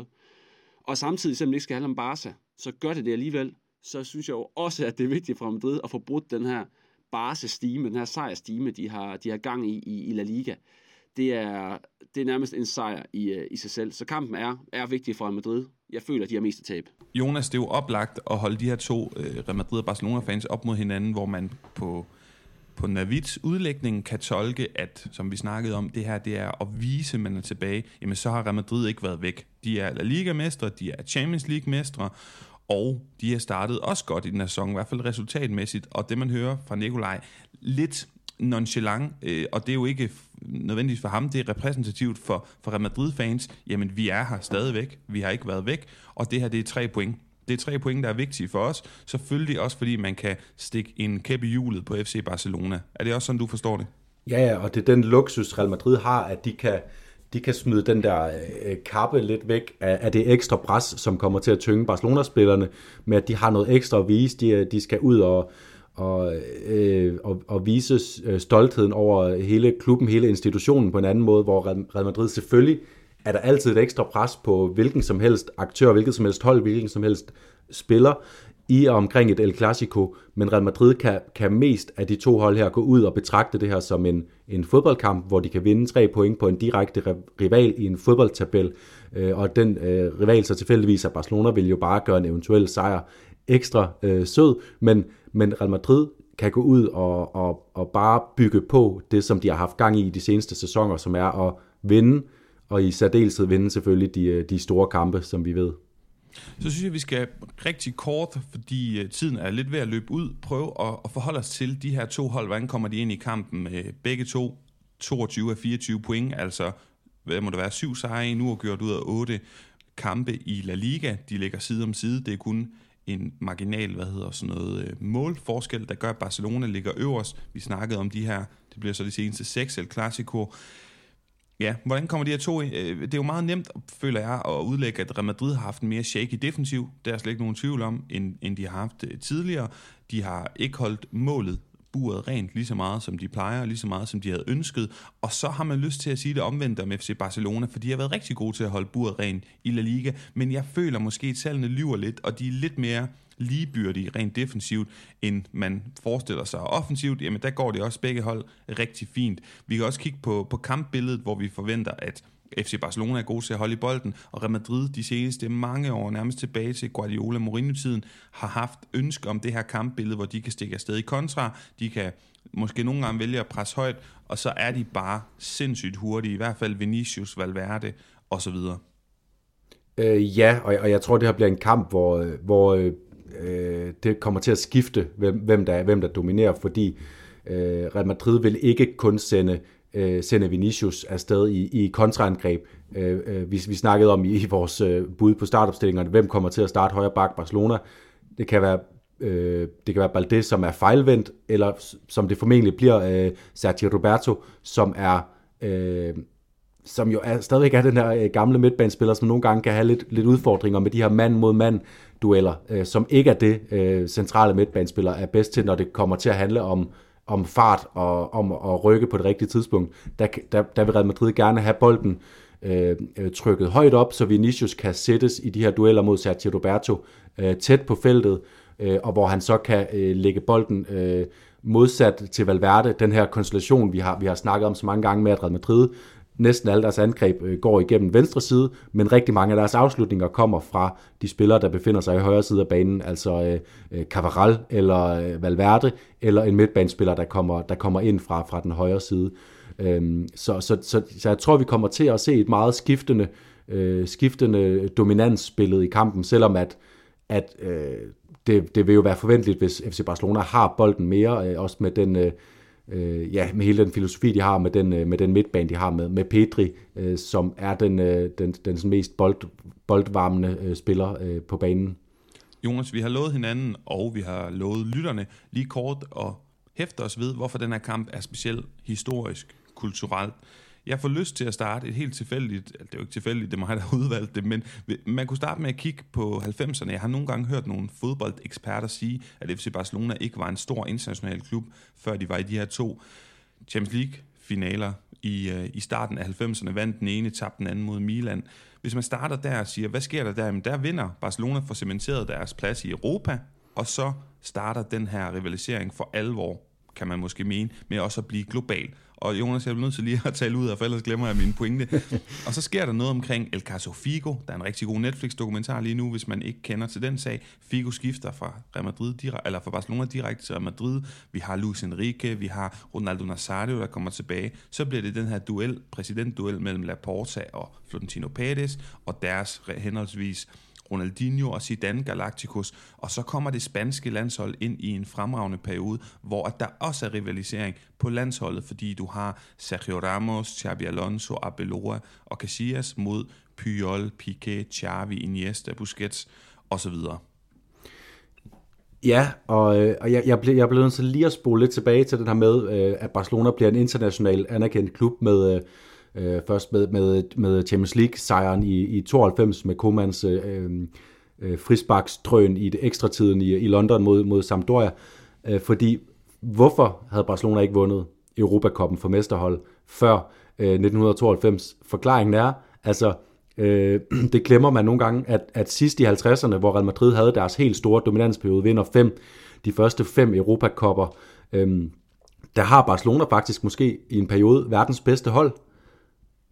Og samtidig, selvom det ikke skal handle om Barca, så gør det det alligevel. Så synes jeg jo også, at det er vigtigt for Real Madrid at få brudt den her Barca-stime, den her sejrstime, de har, de har gang i, i i La Liga. Det er, det er nærmest en sejr i, i sig selv. Så kampen er, er vigtig for Real Madrid. Jeg føler, at de har mest at tabe.
Jonas, det er jo oplagt at holde de her to øh, Real Madrid og Barcelona-fans op mod hinanden, hvor man på, på Navids udlægning kan tolke, at, som vi snakkede om, det her det er at vise, at man er tilbage. Jamen, så har Real Madrid ikke været væk. De er La Liga-mestre, de er Champions League-mestre, og de har startet også godt i den her sæson, i hvert fald resultatmæssigt. Og det, man hører fra Nikolaj, lidt nonchalant, øh, og det er jo ikke nødvendigvis for ham, det er repræsentativt for, for Real Madrid-fans. Jamen, vi er her stadigvæk, vi har ikke været væk, og det her, det er tre point. Det er tre point, der er vigtige for os, selvfølgelig også, fordi man kan stikke en kæp i hjulet på F C Barcelona. Er det også sådan, du forstår det?
Ja, ja, og det er den luksus, Real Madrid har, at de kan, de kan smide den der øh, kappe lidt væk af, af det ekstra pres, som kommer til at tynge Barcelona-spillerne, med at de har noget ekstra at vise, de, de skal ud og Og, øh, og, og vise stoltheden over hele klubben, hele institutionen på en anden måde, hvor Real Madrid selvfølgelig er der altid et ekstra pres på hvilken som helst aktør, hvilken som helst hold, hvilken som helst spiller i og omkring et El Clasico, men Real Madrid kan, kan mest af de to hold her gå ud og betragte det her som en, en fodboldkamp, hvor de kan vinde tre point på en direkte rival i en fodboldtabel, øh, og den øh, rival så tilfældigvis af Barcelona vil jo bare gøre en eventuel sejr ekstra øh, sød, men, men Real Madrid kan gå ud og, og, og bare bygge på det, som de har haft gang i de seneste sæsoner, som er at vinde, og i særdeleshed vinde selvfølgelig de, de store kampe, som vi ved.
Så synes jeg, vi skal rigtig kort, fordi tiden er lidt ved at løbe ud, prøve at, at forholde os til de her to hold. Hvordan kommer de ind i kampen med begge to? toogtyve af fireogtyve point, altså hvad må det være, syv sejre nu og gjort ud af otte kampe i La Liga. De ligger side om side. Det er kun en marginal, hvad hedder sådan noget, målforskel, der gør, at Barcelona ligger øverst. Vi snakkede om de her, det bliver så de seneste seks, El Clasico. Ja, hvordan kommer de her to? Det er jo meget nemt, føler jeg, at udlægge, at Real Madrid har haft en mere shaky defensiv. Der er slet ikke nogen tvivl om, end, end de har haft tidligere. De har ikke holdt målet buret rent lige så meget, som de plejer, lige så meget, som de havde ønsket. Og så har man lyst til at sige det omvendt om F C Barcelona, for de har været rigtig gode til at holde buret rent i La Liga, men jeg føler måske, at tallene lyver lidt, og de er lidt mere ligebyrdige rent defensivt, end man forestiller sig. Og offensivt, jamen der går det også begge hold rigtig fint. Vi kan også kigge på, på kampbilledet, hvor vi forventer, at F C Barcelona er gode til at holde i bolden, og Real Madrid de seneste mange år, nærmest tilbage til Guardiola-Mourinho-tiden, har haft ønske om det her kampbillede, hvor de kan stikke afsted i kontra, de kan måske nogle gange vælge at presse højt, og så er de bare sindssygt hurtige, i hvert fald Vinicius, Valverde osv.
Øh, ja, og, og jeg tror, det her bliver en kamp, hvor, hvor øh, det kommer til at skifte, hvem, hvem, der, hvem der dominerer, fordi øh, Real Madrid vil ikke kun sende øh, sende Vinicius afsted i, i kontraangreb. Øh, øh, vi, vi snakkede om i, i vores øh, bud på startopstillingerne, hvem kommer til at starte højre bak Barcelona. Det kan være øh, det kan være Balde, som er fejlvendt, eller som det formentlig bliver øh, Sergio Roberto, som er øh, som jo er, stadigvæk er den her øh, gamle midtbanespiller, som nogle gange kan have lidt, lidt udfordringer med de her mand mod mand dueller, øh, som ikke er det øh, centrale midtbanespiller er bedst til, når det kommer til at handle om om fart og om at rykke på det rigtige tidspunkt. Der, der, der vil Real Madrid gerne have bolden øh, trykket højt op, så Vinicius kan sættes i de her dueller mod Sergio Roberto øh, tæt på feltet, øh, og hvor han så kan øh, lægge bolden øh, modsat til Valverde. Den her konstellation, vi har, vi har snakket om så mange gange med, at Real Madrid næsten alle deres angreb øh, går igennem venstre side, men rigtig mange af deres afslutninger kommer fra de spillere, der befinder sig i højre side af banen, altså øh, Cavaral eller øh, Valverde, eller en midtbanespiller, der kommer, der kommer ind fra, fra den højre side. Øhm, så, så, så, så jeg tror, vi kommer til at se et meget skiftende, øh, skiftende dominansbillede i kampen, selvom at, at øh, det, det vil jo være forventeligt, hvis F C Barcelona har bolden mere, øh, også med den øh, Øh, ja, med hele den filosofi, de har, med den, øh, med den midtbane, de har med, med Pedri, øh, som er den, øh, den, den mest bold, boldvarmende øh, spiller øh, på banen.
Jonas, vi har lovet hinanden, og vi har lovet lytterne lige kort at hæfte os ved, hvorfor den her kamp er speciel historisk, kulturelt. Jeg får lyst til at starte et helt tilfældigt, det er jo ikke tilfældigt, det er mig, der har udvalgt det, men man kunne starte med at kigge på halvfemserne. Jeg har nogle gange hørt nogle fodboldeksperter sige, at F C Barcelona ikke var en stor international klub, før de var i de her to Champions League-finaler i, i starten af halvfemserne, vandt den ene, tabte den anden mod Milan. Hvis man starter der og siger, hvad sker der der? Jamen, der vinder Barcelona for cementeret deres plads i Europa, og så starter den her rivalisering for alvor, kan man måske mene, med også at blive global. Og Jonas, jeg er nødt til lige at tale ud af, for ellers glemmer jeg mine pointe. Og så sker der noget omkring El Caso Figo. Der er en rigtig god Netflix-dokumentar lige nu, hvis man ikke kender til den sag. Figo skifter fra Real Madrid, eller fra Barcelona direkte til Real Madrid. Vi har Luis Enrique, vi har Ronaldo Nazario, der kommer tilbage. Så bliver det den her duel, præsidentduel mellem Laporta og Florentino Pérez, og deres henholdsvis Ronaldinho og Zidane Galacticos, og så kommer det spanske landshold ind i en fremragende periode, hvor der også er rivalisering på landsholdet, fordi du har Sergio Ramos, Xabi Alonso, Arbeloa og Casillas mod Puyol, Piqué, Xavi, Iniesta, Busquets osv.
Ja, og, og jeg, jeg, blev, jeg blev nødt til lige at spole lidt tilbage til den her med, at Barcelona bliver en international anerkendt klub med Øh, først med, med, med Champions League-sejren i, i tooghalvfems med Komans øh, øh, frisparksdrøn i det ekstra tiden i, i London mod, mod Sampdoria. Øh, fordi hvorfor havde Barcelona ikke vundet Europacuppen for mesterhold før øh, nitten tooghalvfems? Forklaringen er, altså øh, det glemmer man nogle gange, at, at sidst i halvtredserne, hvor Real Madrid havde deres helt store dominansperiode, vinder fem, de første fem Europacupper, øh, der har Barcelona faktisk måske i en periode verdens bedste hold.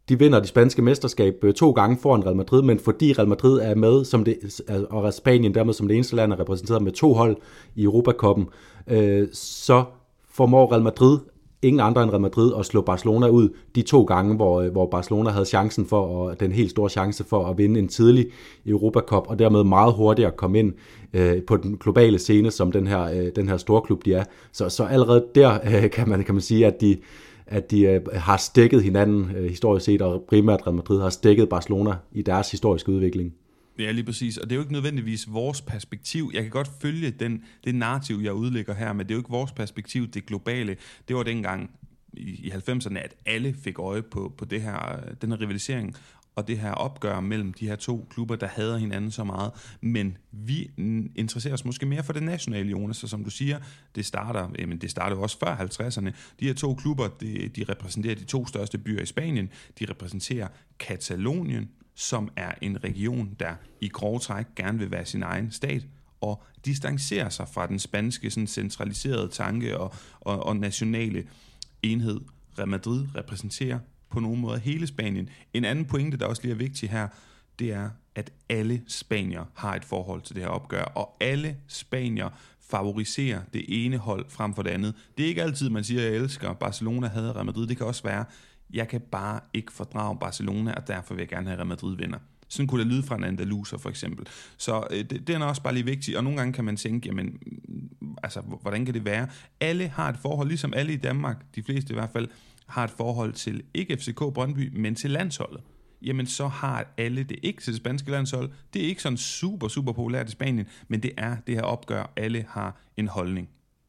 de vinder de spanske mesterskab to gange foran Real Madrid, men fordi Real Madrid er med, som det, og Spanien dermed som det eneste land er repræsenteret med to hold i Europacuppen, øh, så formår Real Madrid, ingen andre end Real Madrid, at slå Barcelona ud de to gange, hvor, hvor Barcelona havde chancen for, og den helt store chance for at vinde en tidlig Europacup, og dermed meget hurtigere komme ind øh, på den globale scene, som den her, øh, den her store klub de er. Så, så allerede der øh, kan, man, kan man sige, at de at de øh, har stikket hinanden øh, historisk set, og primært Real Madrid har stikket Barcelona i deres historiske udvikling.
Ja, lige præcis. Og det er jo ikke nødvendigvis vores perspektiv. Jeg kan godt følge den, det narrativ, jeg udlægger her, men det er jo ikke vores perspektiv, det globale. Det var dengang i, i halvfemserne, at alle fik øje på, på det her, den her rivalisering og det her opgør mellem de her to klubber, der hader hinanden så meget. Men vi interesserer os måske mere for det nationale, Jonas, og som du siger, det starter, jamen det starter jo også før halvtredserne. De her to klubber, de, de repræsenterer de to største byer i Spanien. De repræsenterer Katalonien, som er en region, der i grove træk gerne vil være sin egen stat, og distancerer sig fra den spanske sådan centraliserede tanke og, og, og nationale enhed. Real Madrid repræsenterer på nogen måde hele Spanien. En anden pointe, der også lige er vigtig her, det er, at alle spanier har et forhold til det her opgør, og alle spanier favoriserer det ene hold frem for det andet. Det er ikke altid, man siger, at jeg elsker Barcelona, hader Real Madrid. Det kan også være, jeg kan bare ikke fordrage Barcelona, og derfor vil jeg gerne have Real Madrid vinder. Sådan kunne det lyde fra en andaluser for eksempel. Så øh, det, det er også bare lige vigtigt, og nogle gange kan man tænke, jamen, altså, hvordan kan det være? Alle har et forhold, ligesom alle i Danmark, de fleste i hvert fald, har et forhold til ikke F C K Brøndby, men til landsholdet. Jamen så har alle det ikke til det spanske landshold. Det er ikke sådan super, super populært i Spanien, men det er det her opgør, alle har en holdning.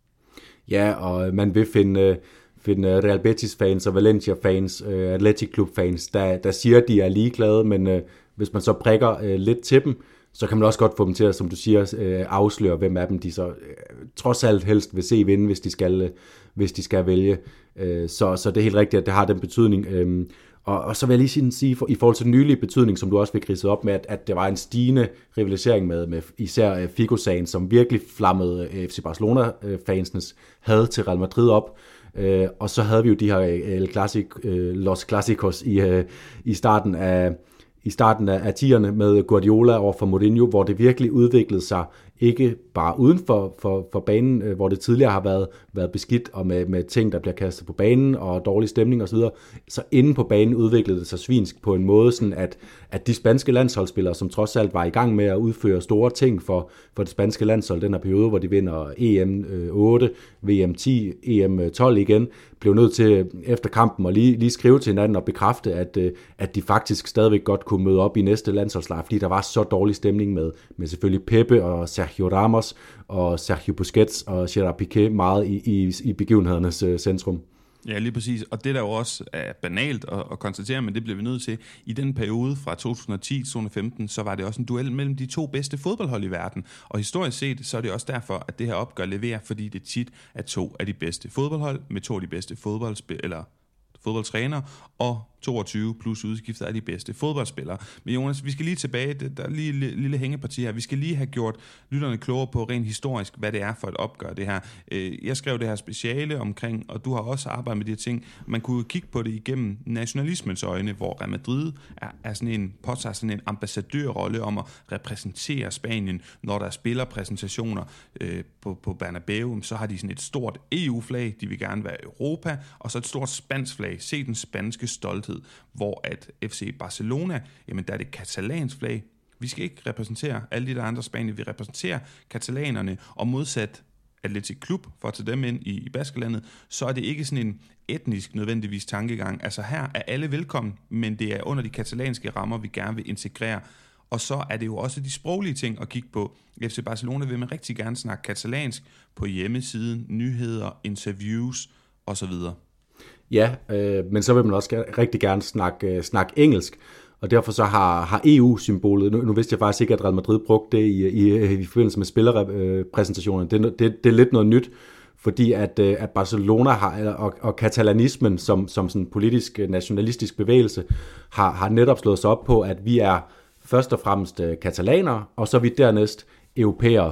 Ja, og man vil finde, finde Real Betis-fans og Valencia-fans, uh, Athletic Club-fans, der, der siger, at de er ligeglade, men uh, hvis man så prikker uh, lidt til dem, så kan man også godt få dem til at, som du siger, uh, afsløre, hvem af dem de så uh, trods alt helst vil se vinde, hvis de skal, uh, hvis de skal vælge. Uh, så, så det er helt rigtigt, at det har den betydning. Uh, Og, og så vil jeg lige sige, for, i forhold til den nylige betydning, som du også fik ridset op med, at, at det var en stigende rivalisering med, med især Figo-sagen, som virkelig flammede F C Barcelona-fansenes had til Real Madrid op. Øh, og så havde vi jo de her El Clasic, øh, Los Clásicos i, øh, i starten af i starten af tierne med Guardiola over for Mourinho, hvor det virkelig udviklede sig, ikke bare uden for, for, for banen, øh, hvor det tidligere har været, været beskidt, og med, med ting, der bliver kastet på banen, og dårlig stemning osv., så inde på banen udviklede det sig svinsk på en måde, sådan at, at de spanske landsholdsspillere, som trods alt var i gang med at udføre store ting for, for det spanske landshold, den her periode, hvor de vinder E M otte, V M ti, E M tolv igen, blev nødt til efter kampen at lige, lige skrive til hinanden og bekræfte, at, at de faktisk stadigvæk godt kunne møde op i næste landsholdslejr, fordi der var så dårlig stemning med, med selvfølgelig Pepe og Sergio Ramos og Sergio Busquets og Gerard Piqué meget i, i, i begivenhedernes uh, centrum.
Ja, lige præcis. Og det der jo også er banalt at, at konstatere, men det bliver vi nødt til. I den periode fra to tusind og ti til to tusind og femten, så var det også en duel mellem de to bedste fodboldhold i verden. Og historisk set, så er det også derfor, at det her opgør leverer, fordi det tit er to af de bedste fodboldhold, med to af de bedste fodboldspil eller fodboldtræner, og toogtyve plus udskiftet af de bedste fodboldspillere. Men Jonas, vi skal lige tilbage, der er lige et lille hængeparti her, vi skal lige have gjort lytterne klogere på rent historisk, hvad det er for et opgør det her. Jeg skrev det her speciale omkring, og du har også arbejdet med de her ting, man kunne kigge på det igennem nationalismens øjne, hvor Real Madrid er, er sådan en, påtager sådan en ambassadørrolle om at repræsentere Spanien, når der er spillerpræsentationer øh, på, på Bernabeu, så har de sådan et stort E U-flag, de vil gerne være Europa, og så et stort spansk flag, se den spanske stolthed, hvor at F C Barcelona, jamen der er det katalansk flag. Vi skal ikke repræsentere alle de der andre spanier, vi repræsenterer katalanerne, og modsat Athletic Club, for at tage dem ind i, i Baskerlandet, så er det ikke sådan en etnisk nødvendigvis tankegang. Altså her er alle velkommen, men det er under de katalanske rammer, vi gerne vil integrere. Og så er det jo også de sproglige ting at kigge på. F C Barcelona vil man rigtig gerne snakke katalansk på hjemmesiden, nyheder, interviews osv.
Ja, øh, men så vil man også rigtig gerne snakke, øh, snakke engelsk, og derfor så har, har E U-symbolet, nu, nu vidste jeg faktisk ikke, at Real Madrid brugte det i, i, i forbindelse med spillerpræsentationen, det, det, det er lidt noget nyt, fordi at, at Barcelona har, og, og katalanismen som, som sådan politisk nationalistisk bevægelse har, har netop slået sig op på, at vi er først og fremmest katalanere, og så er vi dernæst europæere.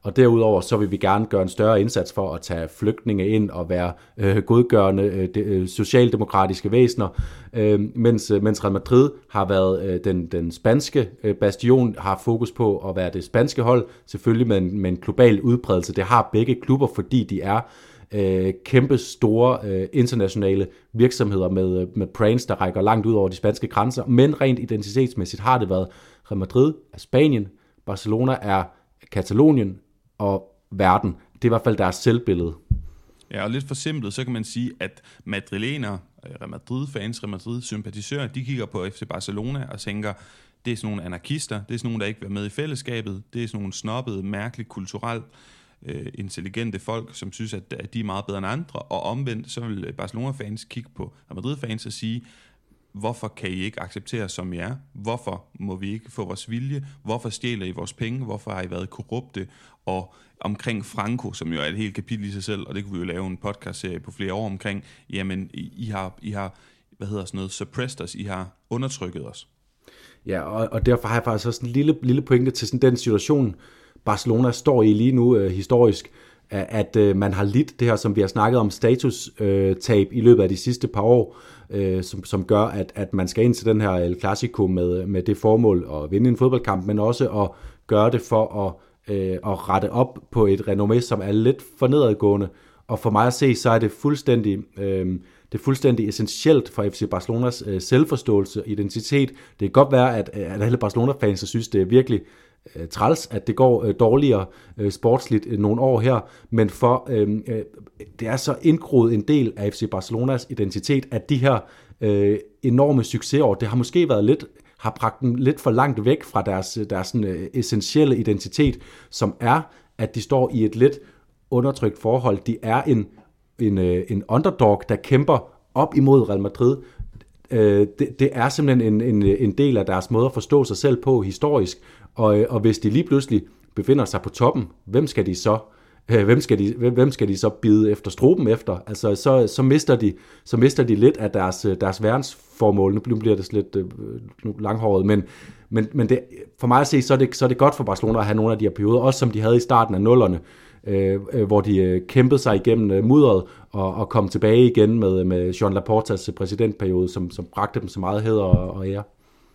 og derudover så vil vi gerne gøre en større indsats for at tage flygtninge ind og være øh, godgørende øh, de, øh, socialdemokratiske væsener, øh, mens, øh, mens Real Madrid har været øh, den, den spanske øh, bastion, har fokus på at være det spanske hold, selvfølgelig med en, med en global udbredelse. Det har begge klubber, fordi de er øh, kæmpe store øh, internationale virksomheder med, med brands, der rækker langt ud over de spanske grænser, men rent identitetsmæssigt har det været Real Madrid er Spanien, Barcelona er Katalonien og verden. Det er i hvert fald deres selvbillede.
Ja, og lidt for simpelt, så kan man sige, at madrilener, Real Madrid-fans, Real Madrid-sympatisører, de kigger på F C Barcelona og tænker, det er sådan nogle anarkister, det er sådan nogle, der ikke vil være med i fællesskabet, det er sådan nogle snobbede, mærkeligt, kulturelt øh, intelligente folk, som synes, at, at de er meget bedre end andre, og omvendt, så vil Barcelona-fans kigge på Real Madrid-fans og sige, hvorfor kan I ikke acceptere som I er? Hvorfor må vi ikke få vores vilje? Hvorfor stjæler I vores penge? Hvorfor har I været korrupte? Og omkring Franco, som jo er et helt kapitel i sig selv, og det kunne vi jo lave en podcastserie på flere år omkring, jamen I, I, har, I har, hvad hedder sådan noget, suppressed os, I har undertrykket os.
Ja, og, og derfor har jeg faktisk også en lille, lille pointe til sådan den situation, Barcelona står i lige nu øh, historisk, at øh, man har lidt det her, som vi har snakket om, status-tab øh, i løbet af de sidste par år, øh, som, som gør, at, at man skal ind til den her El Clasico med, med det formål at vinde en fodboldkamp, men også at gøre det for at, øh, at rette op på et renommé, som er lidt for nedadgående. Og for mig at se, så er det fuldstændig, øh, det er fuldstændig essentielt for F C Barcelonas øh, selvforståelse og identitet. Det kan godt være, at, at alle Barcelona-fans synes, det er virkelig træls, at det går øh, dårligere øh, sportsligt øh, nogle år her, men for øh, øh, det er så indgroet en del af F C Barcelonas identitet, at de her øh, enorme succesår, det har måske været lidt, har bragt dem lidt for langt væk fra deres, deres sådan, øh, essentielle identitet, som er, at de står i et lidt undertrykt forhold. De er en, en, øh, en underdog, der kæmper op imod Real Madrid. Øh, det, det er simpelthen en, en, en del af deres måde at forstå sig selv på historisk, Og, og hvis de lige pludselig befinder sig på toppen, hvem skal de så, øh, hvem skal de, hvem skal de så bide efter struben efter? Altså, så, så, mister de, så mister de lidt af deres, deres verdensformål. Nu bliver det lidt øh, langhåret, men, men, men det, for mig at se, så er, det, så er det godt for Barcelona at have nogle af de her perioder, også som de havde i starten af nullerne, øh, hvor de øh, kæmpede sig igennem øh, mudderet og, og kom tilbage igen med, med Joan Laportas præsidentperiode, som, som bragte dem så meget hæder og, og ære.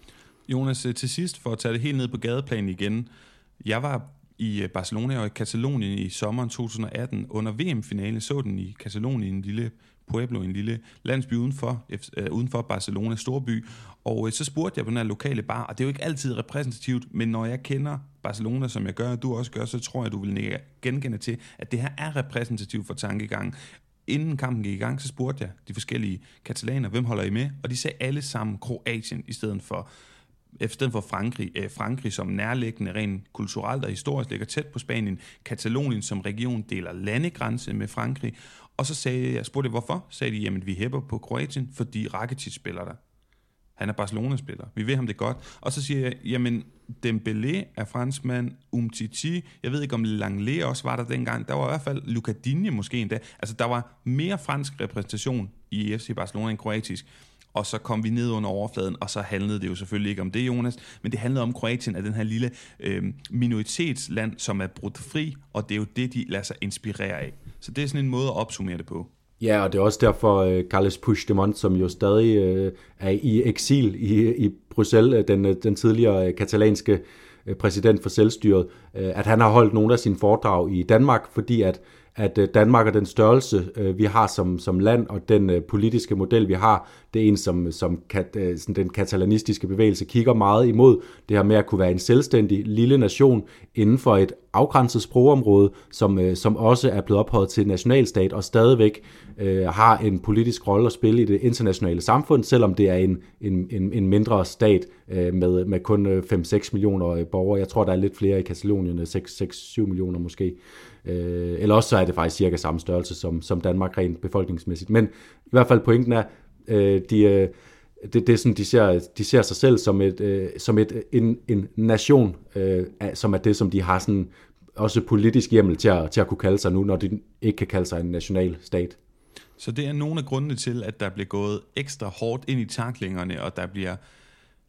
Jonas, til sidst, for at tage det helt ned på gadeplan igen. Jeg var i Barcelona og i Katalonien i sommeren to tusind og atten under V M-finalen. Så den i Katalonien, en lille Pueblo, en lille landsby udenfor, uh, udenfor Barcelona, storby. Og uh, så spurgte jeg på den her lokale bar, og det er jo ikke altid repræsentativt, men når jeg kender Barcelona, som jeg gør, og du også gør, så tror jeg, du vil genkende til, at det her er repræsentativt for tankegangen. Inden kampen gik i gang, så spurgte jeg de forskellige katalaner, hvem holder I med? Og de sagde alle sammen Kroatien i stedet for i stedet for Frankrig, øh, Frankrig som nærliggende, rent kulturelt og historisk ligger tæt på Spanien, Katalonien som region deler landegrænse med Frankrig, og så sagde jeg, spurgte jeg, hvorfor? Sagde de, jamen vi hæpper på Kroatien, fordi Rakitic spiller der. Han er Barcelona-spiller. Vi ved ham det godt. Og så siger jeg, jamen Dembélé er franskmand, Umtiti, jeg ved ikke om Langley også var der dengang, der var i hvert fald Luka Digne måske endda. Altså der var mere fransk repræsentation i F C Barcelona end kroatisk. Og så kom vi ned under overfladen, og så handlede det jo selvfølgelig ikke om det, Jonas, men det handlede om Kroatien, af den her lille øh, minoritetsland, som er brudt fri, og det er jo det, de lader sig inspirere af. Så det er sådan en måde at opsummere det på. Ja,
og det er også derfor uh, Carles Puigdemont, som jo stadig uh, er i eksil i, i Bruxelles, den, den tidligere uh, katalanske uh, præsident for selvstyret, uh, at han har holdt nogle af sine foredrag i Danmark, fordi at at Danmark og den størrelse, vi har som, som land, og den politiske model, vi har, det er en, som, som kat, sådan den katalanistiske bevægelse kigger meget imod. Det her med at kunne være en selvstændig lille nation inden for et afgrænset sprogområde, som, som også er blevet ophøjet til nationalstat, og stadigvæk øh, har en politisk rolle at spille i det internationale samfund, selvom det er en, en, en, en mindre stat øh, med, med kun fem til seks millioner borgere. Jeg tror, der er lidt flere i Katalonien, seks til syv millioner måske. Øh, eller også så er det faktisk cirka samme størrelse som, som Danmark rent befolkningsmæssigt. Men i hvert fald pointen er, øh, de, øh, det, det er sådan, de ser, de ser sig selv som, et, øh, som et, en, en nation, øh, som er det, som de har sådan også politisk hjemmel til at, til at kunne kalde sig nu, når de ikke kan kalde sig en national stat.
Så det er nogle af grundene til, at der bliver gået ekstra hårdt ind i taklingerne, og der bliver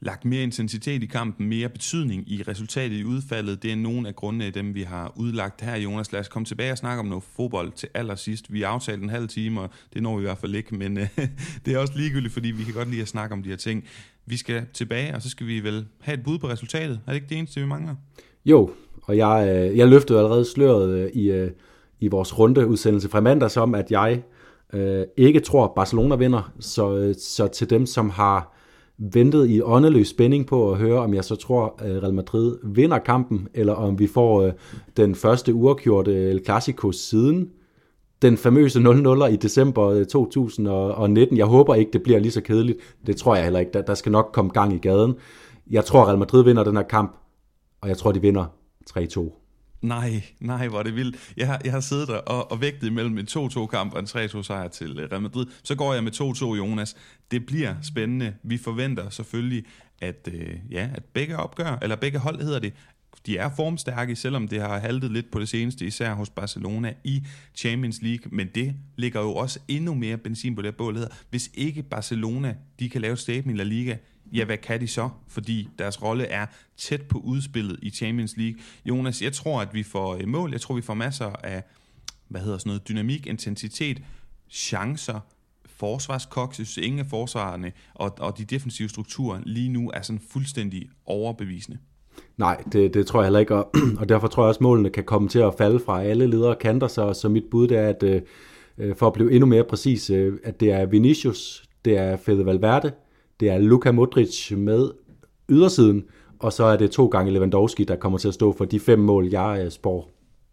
lagt mere intensitet i kampen, mere betydning i resultatet i udfaldet. Det er nogle af grundene af dem, vi har udlagt her, Jonas. Lad os komme tilbage og snakke om noget fodbold til allersidst. Vi har aftalt en halv time, og det når vi i hvert fald ikke, men øh, det er også ligegyldigt, fordi vi kan godt lide at snakke om de her ting. Vi skal tilbage, og så skal vi vel have et bud på resultatet. Er det ikke det eneste, vi mangler?
Jo, og jeg, øh, jeg løftede allerede sløret øh, i, øh, i vores rundeudsendelse fra mandags om, at jeg øh, ikke tror, Barcelona vinder. Så, øh, så til dem, som har ventet i åndeløs spænding på at høre, om jeg så tror, at Real Madrid vinder kampen, eller om vi får øh, den første uafgjorte El Clasico siden den famøse nul nul i december to tusind nitten. Jeg håber ikke, det bliver lige så kedeligt. Det tror jeg heller ikke. Der, der skal nok komme gang i gaden. Jeg tror, Real Madrid vinder den her kamp, og jeg tror, de vinder tre to.
Nej, nej, hvor er det vildt. Jeg har, jeg har siddet der og, og vægtet mellem en to to kamp og en tre to sejr til Real Madrid. Så går jeg med to to, Jonas. Det bliver spændende. Vi forventer selvfølgelig, at, øh, ja, at begge opgør, eller begge hold hedder det, de er formstærke, selvom det har haltet lidt på det seneste, især hos Barcelona i Champions League. Men det ligger jo også endnu mere benzin på det bål, hedder. Hvis ikke Barcelona, de kan lave statement i La Liga, ja, hvad kan de så? Fordi deres rolle er tæt på udspillet i Champions League. Jonas, jeg tror, at vi får mål. Jeg tror, vi får masser af, hvad hedder sådan noget, dynamik, intensitet, chancer, forsvarskoks. Jeg synes, ingen af forsvarerne og, og de defensive strukturer lige nu er sådan fuldstændig overbevisende.
Nej, det, det tror jeg heller ikke, og, og derfor tror jeg også, at målene kan komme til at falde fra alle ledere kanter, så, så mit bud det er, at øh, for at blive endnu mere præcis, øh, at det er Vinicius, det er Fede Valverde, det er Luka Modric med ydersiden, og så er det to gange Lewandowski, der kommer til at stå for de fem mål, jeg øh, spår.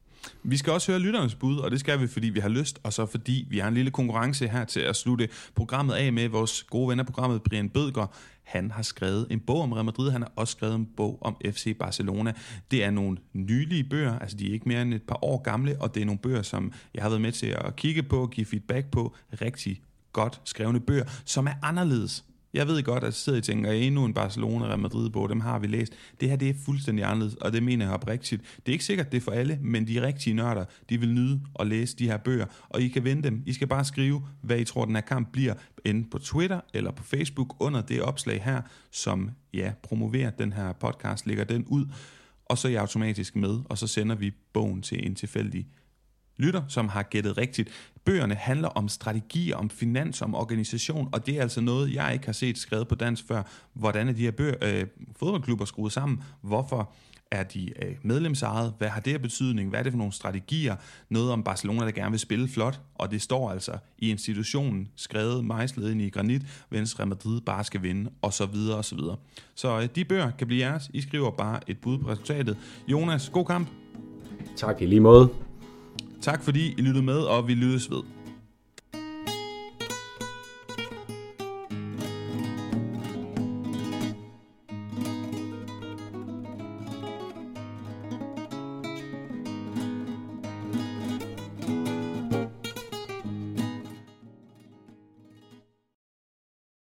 Vi skal også høre lytternes bud, og det skal vi, fordi vi har lyst, og så fordi vi har en lille konkurrence her til at slutte programmet af med vores gode ven af programmet, Brian Bødker. Han har skrevet en bog om Real Madrid, han har også skrevet en bog om F C Barcelona. Det er nogle nylige bøger, altså de er ikke mere end et par år gamle, og det er nogle bøger, som jeg har været med til at kigge på, give feedback på, rigtig godt skrevne bøger, som er anderledes. Jeg ved godt, at jeg sidder og tænker, endnu en Barcelona Real Madrid-bog, dem har vi læst. Det her, det er fuldstændig anderledes, og det mener jeg oprigtigt. Det er ikke sikkert, det er for alle, men de rigtige nørder, de vil nyde at læse de her bøger, og I kan vinde dem. I skal bare skrive, hvad I tror, den her kamp bliver, enten på Twitter eller på Facebook, under det opslag her, som ja, promoverer den her podcast, lægger den ud, og så er I automatisk med, og så sender vi bogen til en tilfældig lytter, som har gættet rigtigt. Bøgerne handler om strategi, om finans, om organisation, og det er altså noget, jeg ikke har set skrevet på dansk før. Hvordan er de her bøger, øh, fodboldklubber skruet sammen? Hvorfor er de øh, medlemsejet? Hvad har det af betydning? Hvad er det for nogle strategier? Noget om Barcelona, der gerne vil spille flot, og det står altså i institutionen, skrevet, mejslet ind i granit, mens Real Madrid bare skal vinde, og så videre, og så videre. Så øh, de bøger kan blive jeres. I skriver bare et bud på resultatet. Jonas, god kamp.
Tak i lige måde.
Tak fordi I lyttede med, og vi lyttes ved.